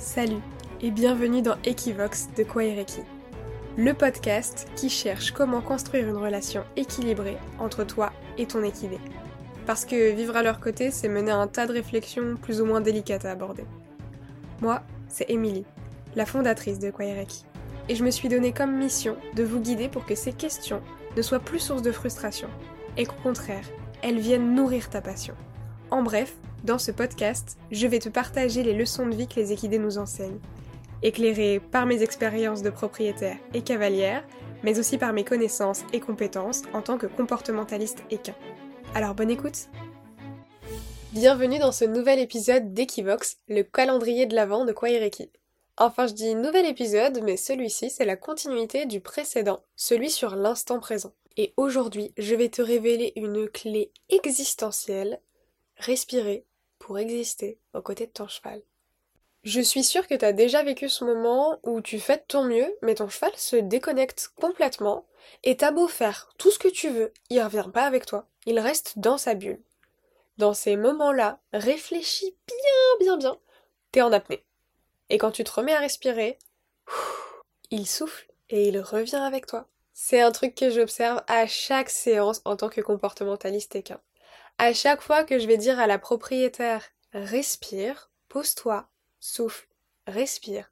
Salut et bienvenue dans Equivox de Kwaereki, le podcast qui cherche comment construire une relation équilibrée entre toi et ton équidé. Parce que vivre à leur côté, c'est mener un tas de réflexions plus ou moins délicates à aborder. Moi, c'est Émilie, la fondatrice de Kwaereki, et je me suis donné comme mission de vous guider pour que ces questions ne soient plus source de frustration, et qu'au contraire, elles viennent nourrir ta passion. En bref, dans ce podcast, je vais te partager les leçons de vie que les équidés nous enseignent, éclairées par mes expériences de propriétaire et cavalière, mais aussi par mes connaissances et compétences en tant que comportementaliste équin. Alors bonne écoute! Bienvenue dans ce nouvel épisode d'Equivox, le calendrier de l'Avent de Kwaereki. Enfin, je dis nouvel épisode, mais celui-ci, c'est la continuité du précédent, celui sur l'instant présent. Et aujourd'hui, je vais te révéler une clé existentielle: respirer pour exister aux côtés de ton cheval. Je suis sûre que t'as déjà vécu ce moment où tu fais de ton mieux, mais ton cheval se déconnecte complètement, et t'as beau faire tout ce que tu veux, il revient pas avec toi, il reste dans sa bulle. Dans ces moments-là, réfléchis bien, t'es en apnée. Et quand tu te remets à respirer, il souffle et il revient avec toi. C'est un truc que j'observe à chaque séance en tant que comportementaliste équin. À chaque fois que je vais dire à la propriétaire « respire, pose-toi, souffle, respire »,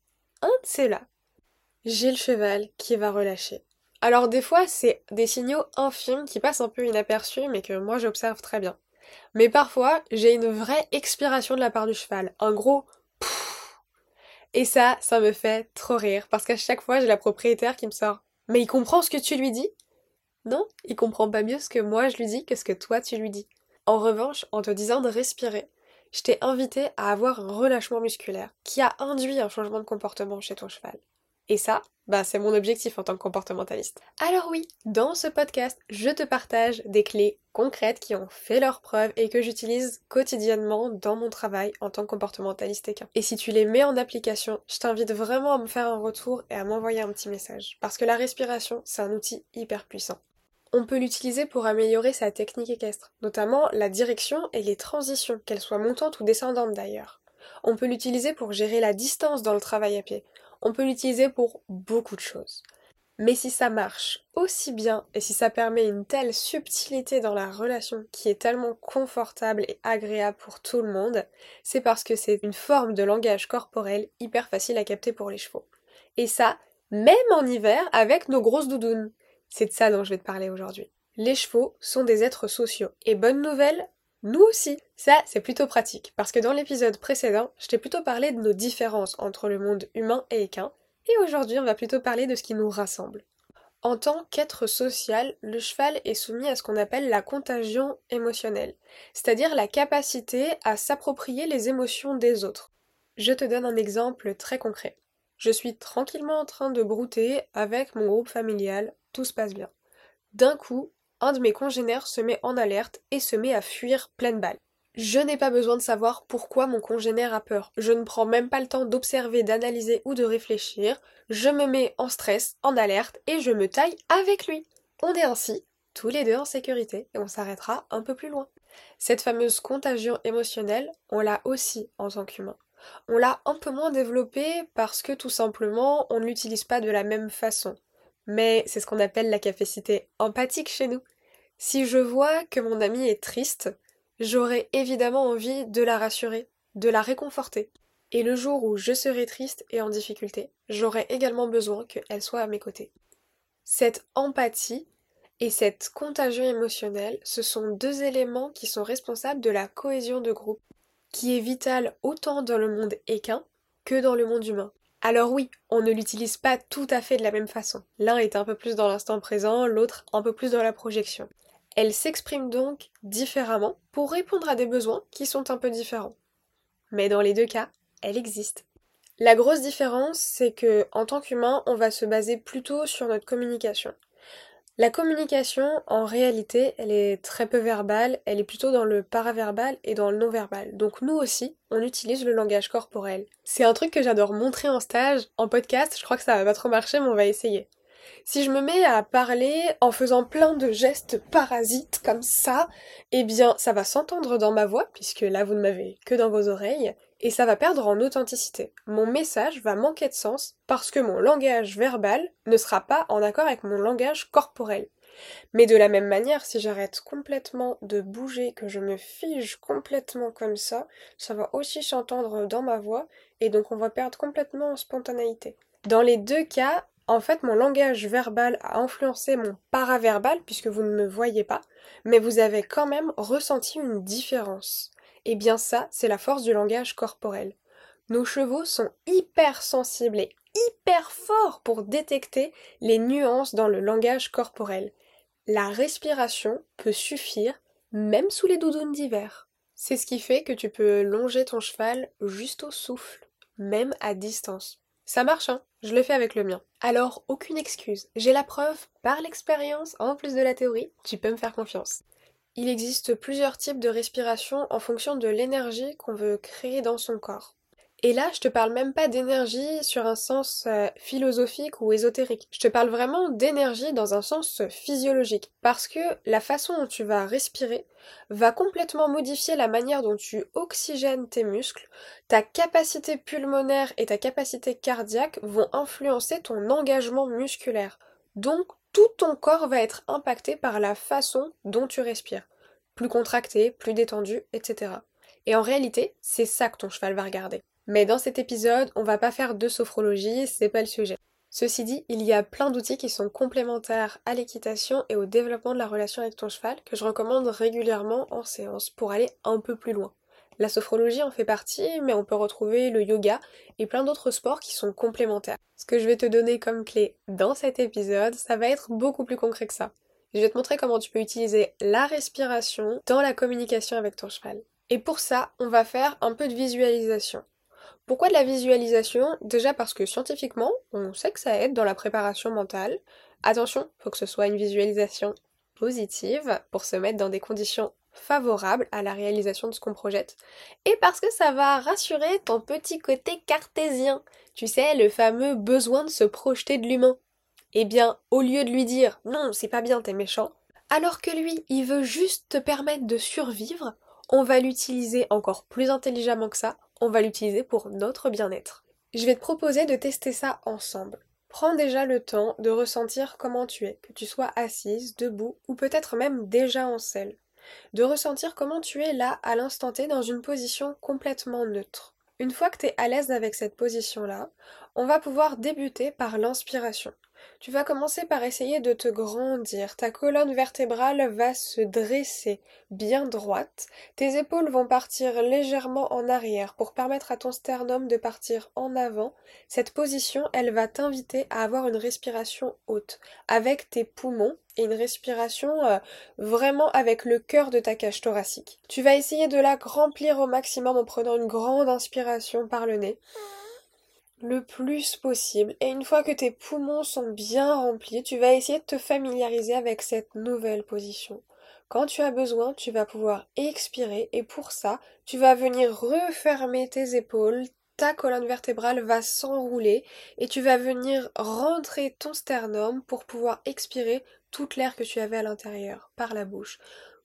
un de ces là, j'ai le cheval qui va relâcher. Alors des fois, c'est des signaux infimes qui passent un peu inaperçus mais que moi j'observe très bien. Mais parfois, j'ai une vraie expiration de la part du cheval, un gros « pouf ». Et ça me fait trop rire parce qu'à chaque fois, j'ai la propriétaire qui me sort « mais il comprend ce que tu lui dis ?» Non, il comprend pas mieux ce que moi je lui dis que ce que toi tu lui dis. En revanche, en te disant de respirer, je t'ai invité à avoir un relâchement musculaire qui a induit un changement de comportement chez ton cheval. Et ça, c'est mon objectif en tant que comportementaliste. Alors oui, dans ce podcast, je te partage des clés concrètes qui ont fait leurs preuves et que j'utilise quotidiennement dans mon travail en tant que comportementaliste équin. Et si tu les mets en application, je t'invite vraiment à me faire un retour et à m'envoyer un petit message. Parce que la respiration, c'est un outil hyper puissant. On peut l'utiliser pour améliorer sa technique équestre, notamment la direction et les transitions, qu'elles soient montantes ou descendantes d'ailleurs. On peut l'utiliser pour gérer la distance dans le travail à pied. On peut l'utiliser pour beaucoup de choses. Mais si ça marche aussi bien et si ça permet une telle subtilité dans la relation qui est tellement confortable et agréable pour tout le monde, c'est parce que c'est une forme de langage corporel hyper facile à capter pour les chevaux. Et ça, même en hiver avec nos grosses doudounes. C'est de ça dont je vais te parler aujourd'hui. Les chevaux sont des êtres sociaux. Et bonne nouvelle, nous aussi. Ça, c'est plutôt pratique, parce que dans l'épisode précédent, je t'ai plutôt parlé de nos différences entre le monde humain et équin, et aujourd'hui, on va plutôt parler de ce qui nous rassemble. En tant qu'être social, le cheval est soumis à ce qu'on appelle la contagion émotionnelle, c'est-à-dire la capacité à s'approprier les émotions des autres. Je te donne un exemple très concret. Je suis tranquillement en train de brouter avec mon groupe familial, tout se passe bien. D'un coup, un de mes congénères se met en alerte et se met à fuir pleine balle. Je n'ai pas besoin de savoir pourquoi mon congénère a peur. Je ne prends même pas le temps d'observer, d'analyser ou de réfléchir. Je me mets en stress, en alerte et je me taille avec lui. On est ainsi, tous les deux en sécurité, et on s'arrêtera un peu plus loin. Cette fameuse contagion émotionnelle, on l'a aussi en tant qu'humain. On l'a un peu moins développée parce que tout simplement, on ne l'utilise pas de la même façon. Mais c'est ce qu'on appelle la capacité empathique chez nous. Si je vois que mon amie est triste, j'aurai évidemment envie de la rassurer, de la réconforter. Et le jour où je serai triste et en difficulté, j'aurai également besoin qu'elle soit à mes côtés. Cette empathie et cette contagion émotionnelle, ce sont deux éléments qui sont responsables de la cohésion de groupe, qui est vitale autant dans le monde équin que dans le monde humain. Alors oui, on ne l'utilise pas tout à fait de la même façon. L'un est un peu plus dans l'instant présent, l'autre un peu plus dans la projection. Elle s'exprime donc différemment pour répondre à des besoins qui sont un peu différents. Mais dans les deux cas, elle existe. La grosse différence, c'est que en tant qu'humain, on va se baser plutôt sur notre communication. La communication, en réalité, elle est très peu verbale, elle est plutôt dans le paraverbal et dans le non-verbal. Donc nous aussi, on utilise le langage corporel. C'est un truc que j'adore montrer en stage, en podcast, je crois que ça va pas trop marcher, mais on va essayer. Si je me mets à parler en faisant plein de gestes parasites comme ça, eh bien ça va s'entendre dans ma voix, puisque là vous ne m'avez que dans vos oreilles, Et ça va perdre en authenticité. Mon message va manquer de sens parce que mon langage verbal ne sera pas en accord avec mon langage corporel. Mais de la même manière, si j'arrête complètement de bouger, que je me fige complètement comme ça va aussi s'entendre dans ma voix, et donc on va perdre complètement en spontanéité. Dans les deux cas, en fait, mon langage verbal a influencé mon paraverbal, puisque vous ne me voyez pas, mais vous avez quand même ressenti une différence. Et bien ça, c'est la force du langage corporel. Nos chevaux sont hyper sensibles et hyper forts pour détecter les nuances dans le langage corporel. La respiration peut suffire, même sous les doudounes d'hiver. C'est ce qui fait que tu peux longer ton cheval juste au souffle, même à distance. Ça marche, hein? Je le fais avec le mien. Alors, aucune excuse. J'ai la preuve par l'expérience, en plus de la théorie, tu peux me faire confiance. Il existe plusieurs types de respiration en fonction de l'énergie qu'on veut créer dans son corps. Et là, je te parle même pas d'énergie sur un sens philosophique ou ésotérique. Je te parle vraiment d'énergie dans un sens physiologique. Parce que la façon dont tu vas respirer va complètement modifier la manière dont tu oxygènes tes muscles. Ta capacité pulmonaire et ta capacité cardiaque vont influencer ton engagement musculaire. Donc, tout ton corps va être impacté par la façon dont tu respires. Plus contracté, plus détendu, etc. Et en réalité, c'est ça que ton cheval va regarder. Mais dans cet épisode, on va pas faire de sophrologie, c'est pas le sujet. Ceci dit, il y a plein d'outils qui sont complémentaires à l'équitation et au développement de la relation avec ton cheval que je recommande régulièrement en séance pour aller un peu plus loin. La sophrologie en fait partie, mais on peut retrouver le yoga et plein d'autres sports qui sont complémentaires. Ce que je vais te donner comme clé dans cet épisode, ça va être beaucoup plus concret que ça. Je vais te montrer comment tu peux utiliser la respiration dans la communication avec ton cheval. Et pour ça, on va faire un peu de visualisation. Pourquoi de la visualisation? Déjà parce que scientifiquement, on sait que ça aide dans la préparation mentale. Attention, faut que ce soit une visualisation positive pour se mettre dans des conditions favorables à la réalisation de ce qu'on projette. Et parce que ça va rassurer ton petit côté cartésien. Tu sais, le fameux besoin de se projeter de l'humain. Eh bien, au lieu de lui dire non, c'est pas bien, t'es méchant, alors que lui, il veut juste te permettre de survivre, on va l'utiliser encore plus intelligemment que ça, on va l'utiliser pour notre bien-être. Je vais te proposer de tester ça ensemble. Prends déjà le temps de ressentir comment tu es, que tu sois assise, debout ou peut-être même déjà en selle. De ressentir comment tu es là à l'instant T dans une position complètement neutre. Une fois que tu es à l'aise avec cette position-là, on va pouvoir débuter par l'inspiration. Tu vas commencer par essayer de te grandir, ta colonne vertébrale va se dresser bien droite, tes épaules vont partir légèrement en arrière pour permettre à ton sternum de partir en avant. Cette position, elle va t'inviter à avoir une respiration haute, avec tes poumons et une respiration vraiment avec le cœur de ta cage thoracique. Tu vas essayer de la remplir au maximum en prenant une grande inspiration par le nez. Le plus possible. Et une fois que tes poumons sont bien remplis, tu vas essayer de te familiariser avec cette nouvelle position. Quand tu as besoin, tu vas pouvoir expirer et pour ça, tu vas venir refermer tes épaules, ta colonne vertébrale va s'enrouler et tu vas venir rentrer ton sternum pour pouvoir expirer toute l'air que tu avais à l'intérieur par la bouche.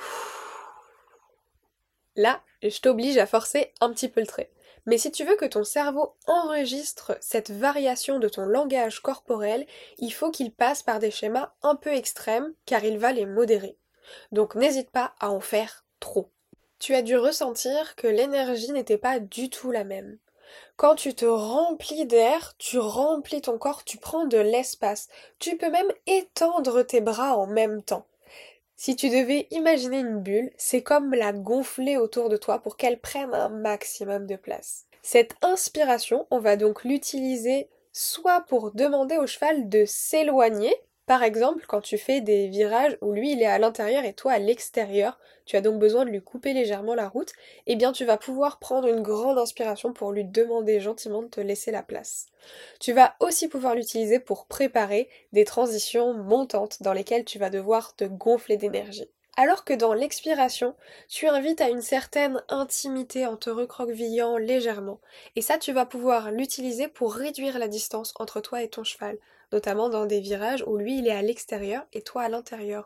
Là, je t'oblige à forcer un petit peu le trait. Mais si tu veux que ton cerveau enregistre cette variation de ton langage corporel, il faut qu'il passe par des schémas un peu extrêmes, car il va les modérer. Donc n'hésite pas à en faire trop. Tu as dû ressentir que l'énergie n'était pas du tout la même. Quand tu te remplis d'air, tu remplis ton corps, tu prends de l'espace. Tu peux même étendre tes bras en même temps. Si tu devais imaginer une bulle, c'est comme la gonfler autour de toi pour qu'elle prenne un maximum de place. Cette inspiration, on va donc l'utiliser soit pour demander au cheval de s'éloigner, par exemple quand tu fais des virages où lui il est à l'intérieur et toi à l'extérieur, tu as donc besoin de lui couper légèrement la route, eh bien tu vas pouvoir prendre une grande inspiration pour lui demander gentiment de te laisser la place. Tu vas aussi pouvoir l'utiliser pour préparer des transitions montantes dans lesquelles tu vas devoir te gonfler d'énergie. Alors que dans l'expiration, tu invites à une certaine intimité en te recroquevillant légèrement. Et ça, tu vas pouvoir l'utiliser pour réduire la distance entre toi et ton cheval, notamment dans des virages où lui il est à l'extérieur et toi à l'intérieur,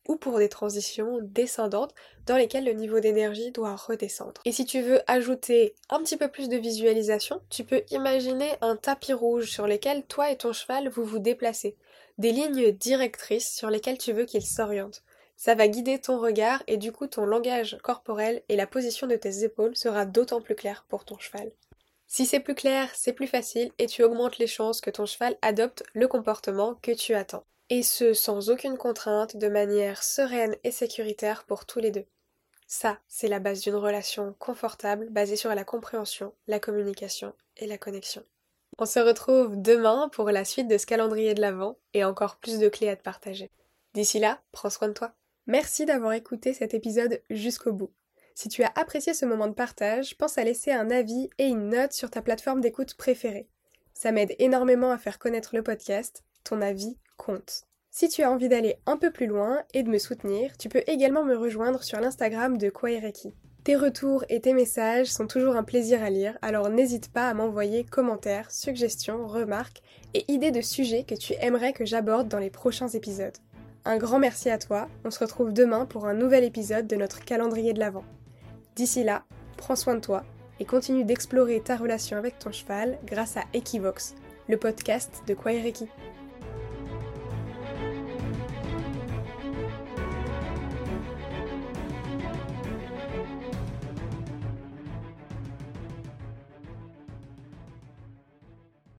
ou pour des transitions descendantes dans lesquelles le niveau d'énergie doit redescendre. Et si tu veux ajouter un petit peu plus de visualisation, tu peux imaginer un tapis rouge sur lequel toi et ton cheval vous vous déplacez, des lignes directrices sur lesquelles tu veux qu'il s'oriente. Ça va guider ton regard et du coup ton langage corporel et la position de tes épaules sera d'autant plus clair pour ton cheval. Si c'est plus clair, c'est plus facile et tu augmentes les chances que ton cheval adopte le comportement que tu attends. Et ce, sans aucune contrainte, de manière sereine et sécuritaire pour tous les deux. Ça, c'est la base d'une relation confortable basée sur la compréhension, la communication et la connexion. On se retrouve demain pour la suite de ce calendrier de l'Avent et encore plus de clés à te partager. D'ici là, prends soin de toi. Merci d'avoir écouté cet épisode jusqu'au bout. Si tu as apprécié ce moment de partage, pense à laisser un avis et une note sur ta plateforme d'écoute préférée. Ça m'aide énormément à faire connaître le podcast, ton avis compte. Si tu as envie d'aller un peu plus loin et de me soutenir, tu peux également me rejoindre sur l'Instagram de Kwaereki. Tes retours et tes messages sont toujours un plaisir à lire, alors n'hésite pas à m'envoyer commentaires, suggestions, remarques et idées de sujets que tu aimerais que j'aborde dans les prochains épisodes. Un grand merci à toi, on se retrouve demain pour un nouvel épisode de notre calendrier de l'Avent. D'ici là, prends soin de toi et continue d'explorer ta relation avec ton cheval grâce à Equivox, le podcast de Kwaereki.